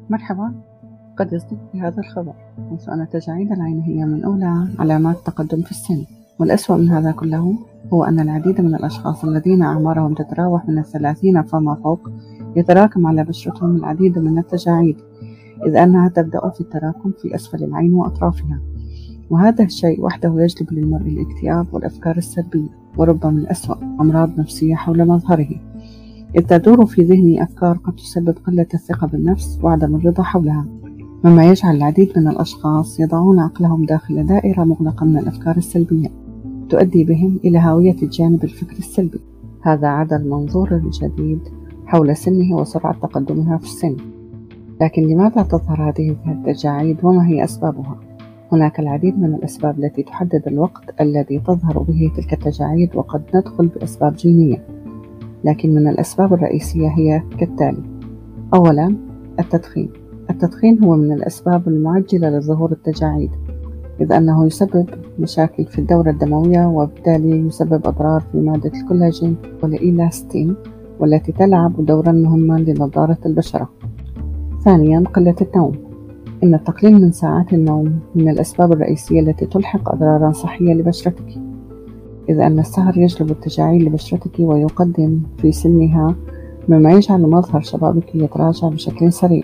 مرحبا. قد يصدق في هذا الخبر، حيث أن تجاعيد العين هي من أولى علامات التقدم في السن. والأسوأ من هذا كله هو أن العديد من الأشخاص الذين أعمارهم تتراوح من 30 فما فوق يتراكم على بشرتهم العديد من التجاعيد، إذ أنها تبدأ في التراكم في أسفل العين وأطرافها. وهذا الشيء وحده يجلب للمرء الاكتئاب والأفكار السلبية، وربما الأسوأ أمراض نفسية حول مظهره، إذ تدور في ذهني أفكار قد تسبب قلة الثقة بالنفس وعدم الرضا حولها، مما يجعل العديد من الأشخاص يضعون عقلهم داخل دائرة مغلقة من الأفكار السلبية تؤدي بهم إلى هاوية الجانب الفكري السلبي. هذا عدا المنظور الجديد حول سنه وسرعة تقدمها في السن. لكن لماذا تظهر هذه التجاعيد وما هي أسبابها؟ هناك العديد من الأسباب التي تحدد الوقت الذي تظهر به تلك التجاعيد، وقد ندخل بأسباب جينية، لكن من الأسباب الرئيسية هي كالتالي. أولا، التدخين. التدخين هو من الأسباب المعجلة لظهور التجاعيد، إذ أنه يسبب مشاكل في الدورة الدموية، وبالتالي يسبب أضرار في مادة الكولاجين والإيلاستين، والتي تلعب دورا مهما لنضارة البشرة. ثانيا، قلة النوم. إن التقليل من ساعات النوم من الأسباب الرئيسية التي تلحق أضرارا صحية لبشرتك، إذ أن السهر يجلب التجاعيد لبشرتك ويقدم في سنها، مما يجعل مظهر شبابك يتراجع بشكل سريع.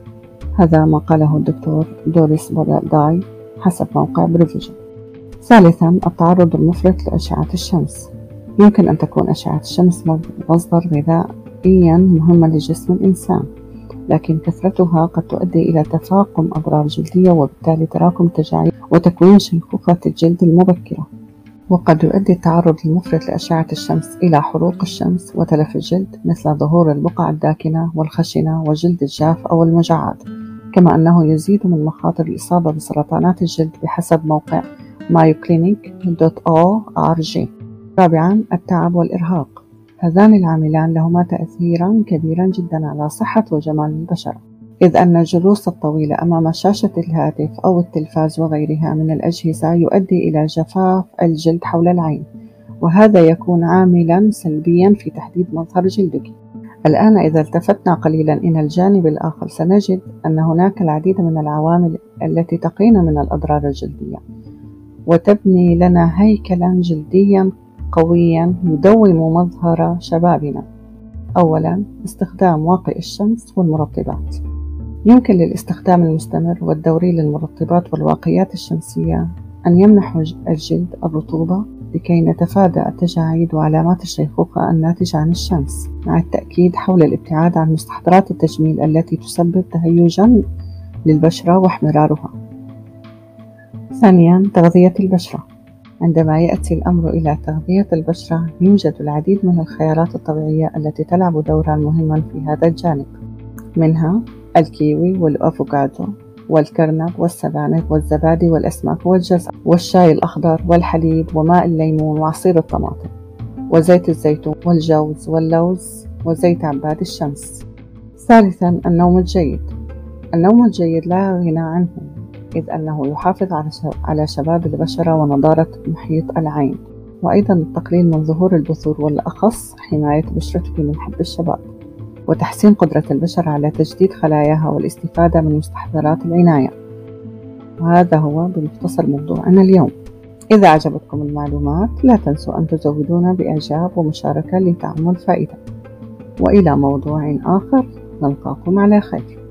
هذا ما قاله الدكتور دوريس داي حسب موقع بروفيجن. ثالثا، التعرض المفرط لأشعة الشمس. يمكن أن تكون أشعة الشمس مصدر غذائيا مهما لجسم الإنسان، لكن كثرتها قد تؤدي إلى تفاقم أضرار جلدية، وبالتالي تراكم التجاعيد وتكوين شيخوخة الجلد المبكرة. وقد يؤدي التعرض المفرط لأشعة الشمس إلى حروق الشمس وتلف الجلد، مثل ظهور البقع الداكنة والخشنة والجلد الجاف أو المجعات، كما أنه يزيد من مخاطر الإصابة بسرطانات الجلد بحسب موقع mayoclinic.org. رابعا، التعب والإرهاق. هذان العاملان لهما تأثيرا كبيرا جدا على صحة وجمال البشرة، إذ أن الجلوس الطويل أمام شاشة الهاتف أو التلفاز وغيرها من الأجهزة يؤدي إلى جفاف الجلد حول العين، وهذا يكون عاملا سلبيا في تحديد مظهر جلدك. الآن إذا التفتنا قليلا إلى الجانب الآخر، سنجد أن هناك العديد من العوامل التي تقينا من الأضرار الجلدية وتبني لنا هيكلا جلديا قويا يدوم مظهر شبابنا. أولا، استخدام واقي الشمس والمرطبات. يمكن للاستخدام المستمر والدوري للمرطبات والواقيات الشمسية أن يمنح الجلد الرطوبة لكي نتفادى التجاعيد وعلامات الشيخوخة الناتجة عن الشمس، مع التأكيد حول الابتعاد عن مستحضرات التجميل التي تسبب تهيجا للبشرة واحمرارها. ثانيا، تغذية البشرة. عندما يأتي الأمر إلى تغذية البشرة، يوجد العديد من الخيارات الطبيعية التي تلعب دورا مهما في هذا الجانب، منها الكيوي والأفوكادو والكرنب والسبانخ والزبادي والأسماك والجزر والشاي الأخضر والحليب وماء الليمون وعصير الطماطم وزيت الزيتون والجوز واللوز وزيت عباد الشمس. ثالثا، النوم الجيد. النوم الجيد لا غنى عنه، إذ أنه يحافظ على شباب البشرة ونضارة محيط العين، وأيضا التقليل من ظهور البثور، والأخص حماية بشرتك من حب الشباب، وتحسين قدرة البشرة على تجديد خلاياها والاستفادة من مستحضرات العناية. وهذا هو بمختصر موضوعنا اليوم. إذا أعجبتكم المعلومات لا تنسوا أن تزودونا بإعجاب ومشاركة لتعم الفائدة. وإلى موضوع آخر، نلقاكم على خير.